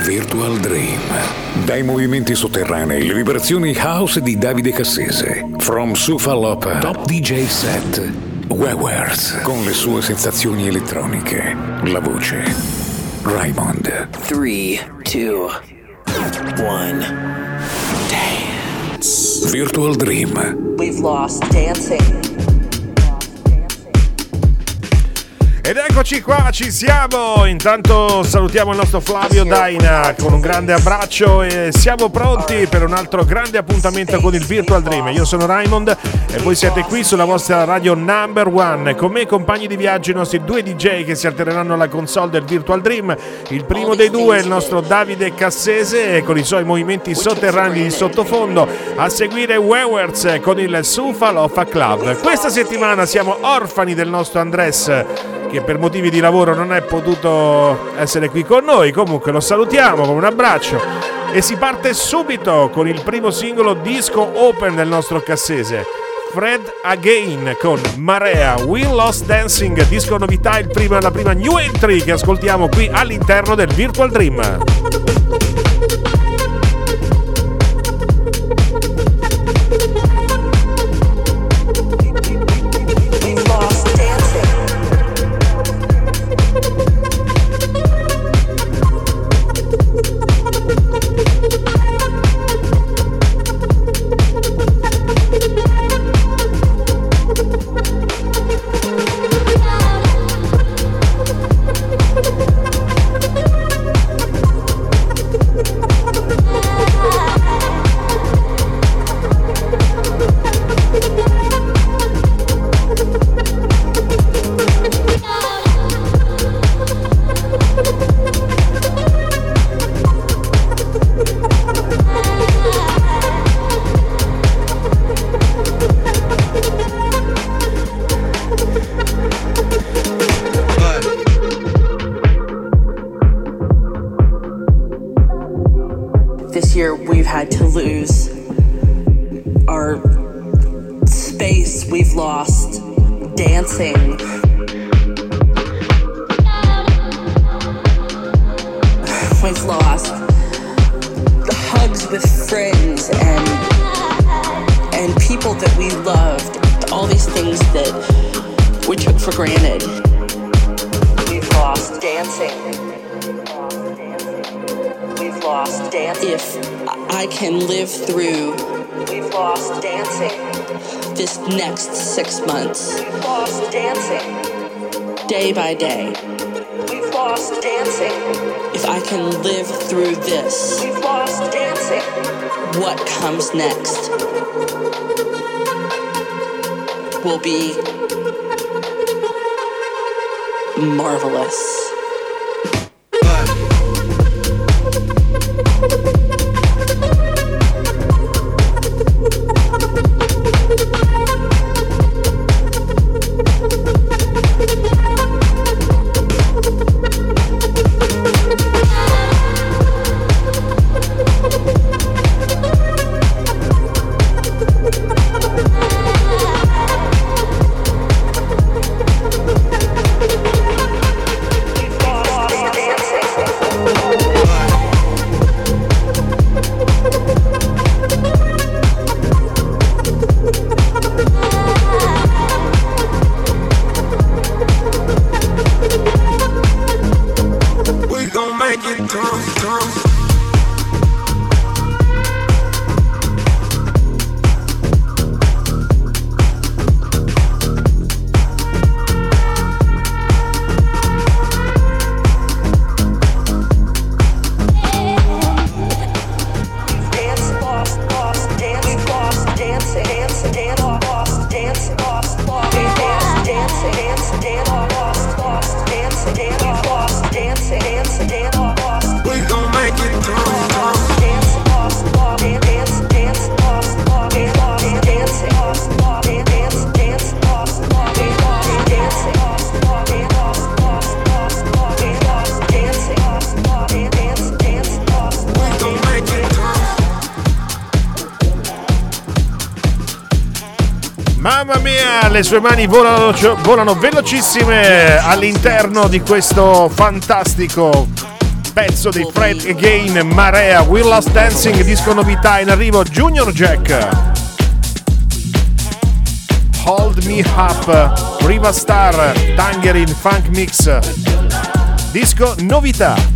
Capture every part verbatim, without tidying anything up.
Virtual Dream. Dai movimenti sotterranei, le vibrazioni house di Davide Cassese. From Sufalopa, top D J set, Wewerz, con le sue sensazioni elettroniche. La voce, Raymond. three, two, one, dance. Virtual Dream. We've lost dancing. Ed eccoci qua, ci siamo. Intanto salutiamo il nostro Flavio Daina con un grande abbraccio e siamo pronti per un altro grande appuntamento con il Virtual Dream. Io sono Raymond e voi siete qui sulla vostra radio number one. Con me compagni di viaggio i nostri due D J che si alterneranno alla console del Virtual Dream. Il primo dei due è il nostro Davide Cassese con i suoi movimenti sotterranei di sottofondo. A seguire Wewerz con il Sufalopa Club. Questa settimana siamo orfani del nostro Andres, che per motivi di lavoro non è potuto essere qui con noi. Comunque lo salutiamo con un abbraccio e si parte subito con il primo singolo disco open del nostro Cassese, Fred Again con Marea, We Lost Dancing, disco novità, il primo, la prima new entry che ascoltiamo qui all'interno del Virtual Dream. This year we've had to lose our space, we've lost dancing. We've lost the hugs with friends and and people that we loved, all these things that we took for granted. We've lost dancing. We've lost dancing. If I can live through, we've lost dancing. This next six months, we've lost dancing. Day by day, we've lost dancing. If I can live through this, we've lost dancing. What comes next will be marvelous. Mamma mia, le sue mani volano, volano velocissime all'interno di questo fantastico pezzo dei Fred Again, Marea, We Lost Dancing, disco novità in arrivo, Junior Jack, Hold Me Up, Riva Star, Tangerine Funk Mix, disco novità.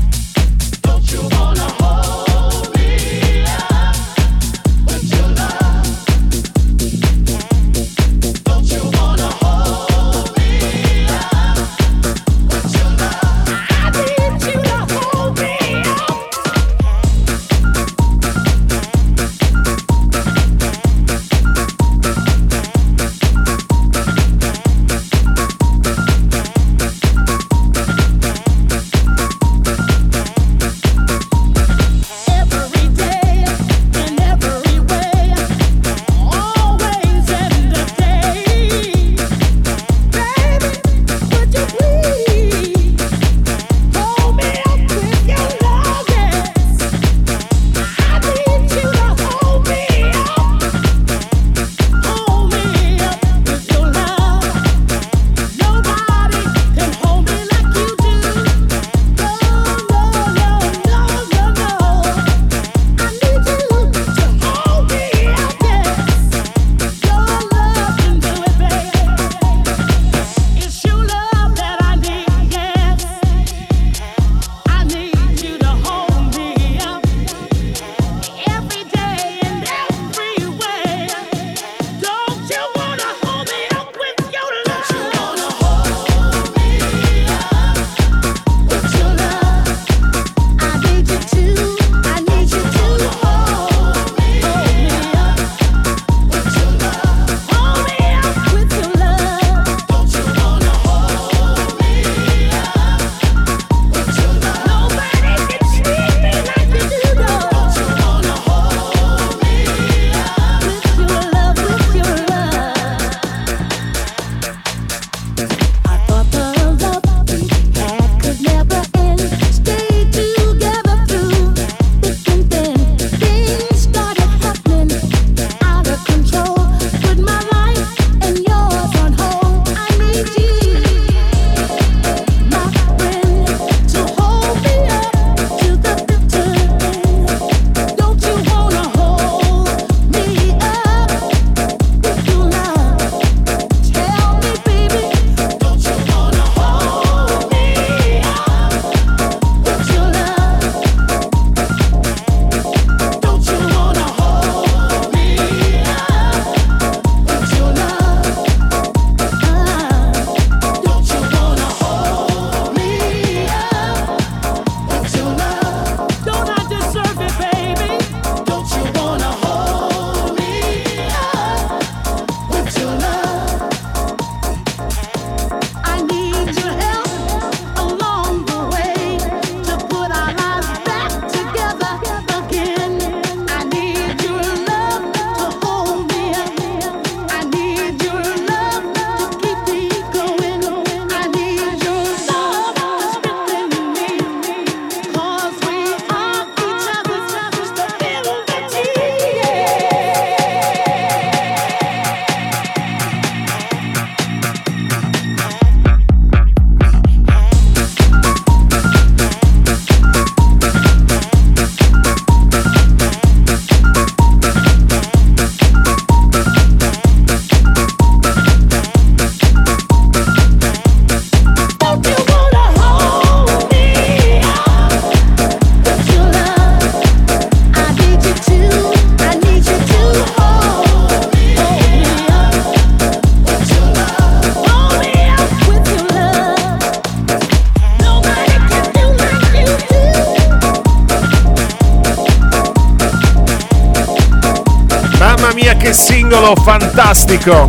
Singolo fantastico,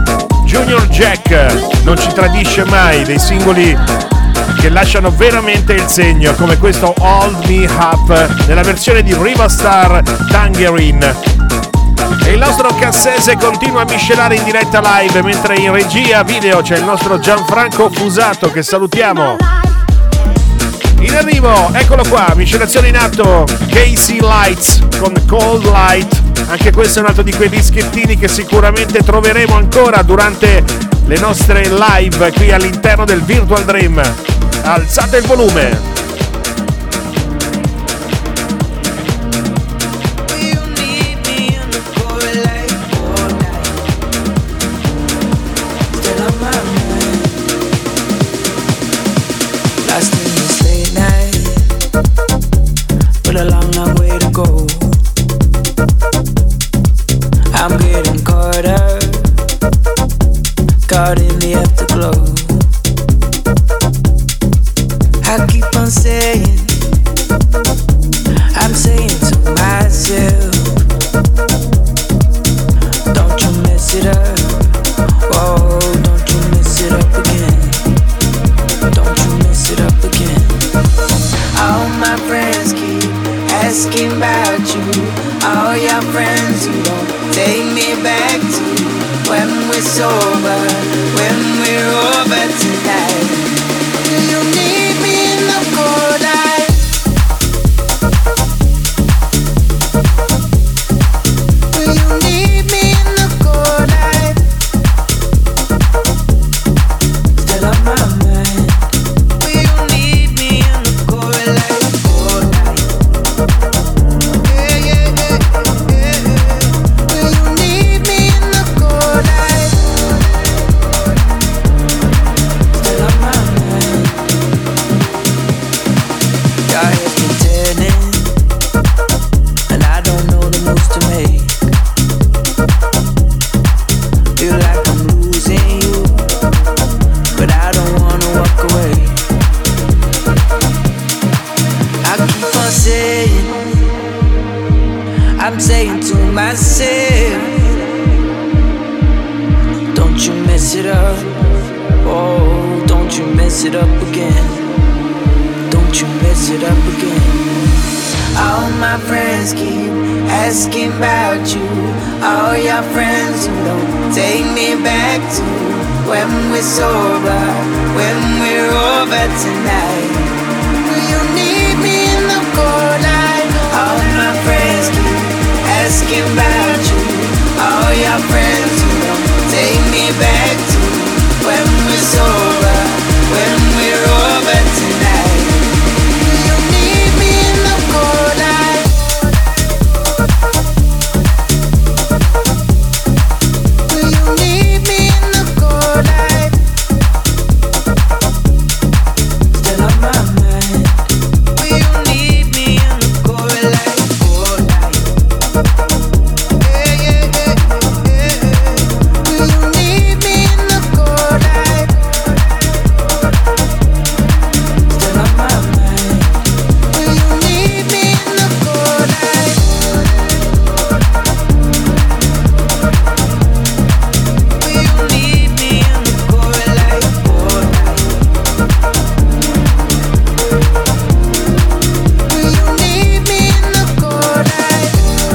Junior Jack non ci tradisce mai, dei singoli che lasciano veramente il segno, come questo Hold Me Up nella versione di Riva Star, Tangerine. E il nostro Cassese continua a miscelare in diretta live, mentre in regia video c'è il nostro Gianfranco Fusato, che salutiamo. In arrivo, eccolo qua, miscelazione in atto, Casey Lights con Cold Light. Anche questo è un altro di quei dischettini che sicuramente troveremo ancora durante le nostre live qui all'interno del Virtual Dream. Alzate il volume. All my friends keep asking about you. All your friends who don't take me back to when we're sober, when we're over tonight. Do you need me in the cold light? Do you need me in the cold light? Still on my mind. Do you need me in the cold light? Cold light. Yeah, yeah, yeah, yeah. Do you need me in the cold light? Still on my mind. Your head's been turning, and I don't know the moves to make. Feel like I'm losing you, but I don't wanna walk away. I keep on saying, I'm saying to myself, don't you mess it up, oh, don't you mess it up again, don't you mess it up again. All my friends keep asking about you. All your friends who don't take me back to when we're sober, when we're over tonight. Do you need me in the cold light? All my friends keep asking about you. All your friends who don't take me back to when we're sober, when we're over tonight. Do you need me in the cold light? Do you need me in the cold light? Still on my mind. Do you need me in the cold light? Cold light. Yeah, yeah, yeah, yeah. Do you need me in the cold light? Still on my mind. Do you need me in the cold light? Do you need me in the cold light? Cold light. Do you need me in the cold light?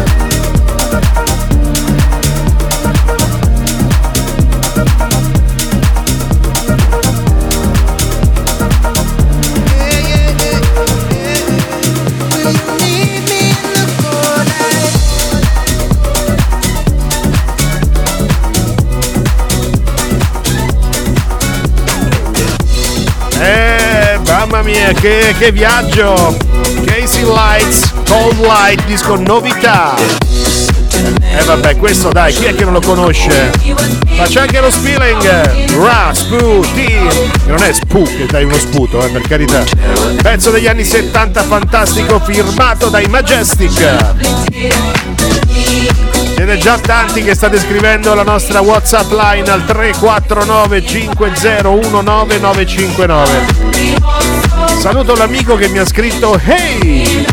Yeah, yeah, yeah, yeah. Do you need me in the cold light? Eh, mamma mia, che, che viaggio! Casey Lights, Cold Light, disco novità. E eh, vabbè, questo dai, chi è che non lo conosce? Ma c'è anche lo Spilling, Rasputin, che non è Spoo, che dai uno sputo, eh, per carità. Pezzo degli anni settanta fantastico, firmato dai Majestic. Siete già tanti che state scrivendo la nostra WhatsApp line al tre quattro nove cinque zero uno nove nove cinque nove. Saluto l'amico che mi ha scritto hey!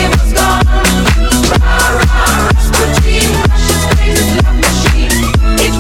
It's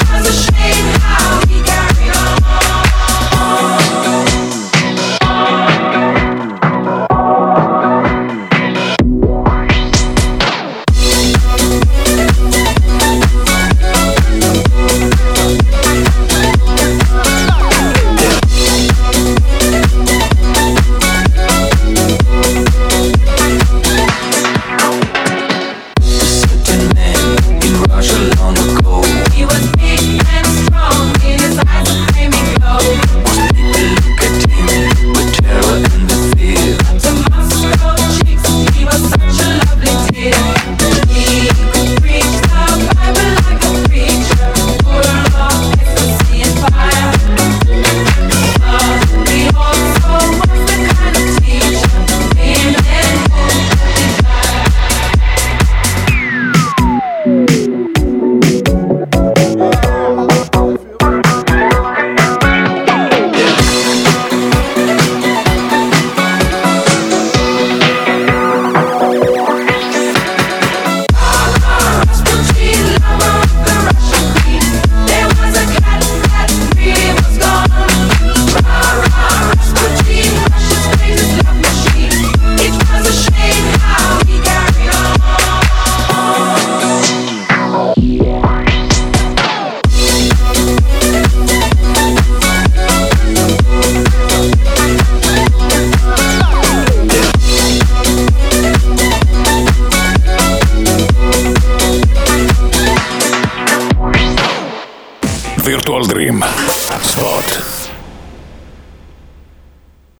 Virtual Dream. Spot.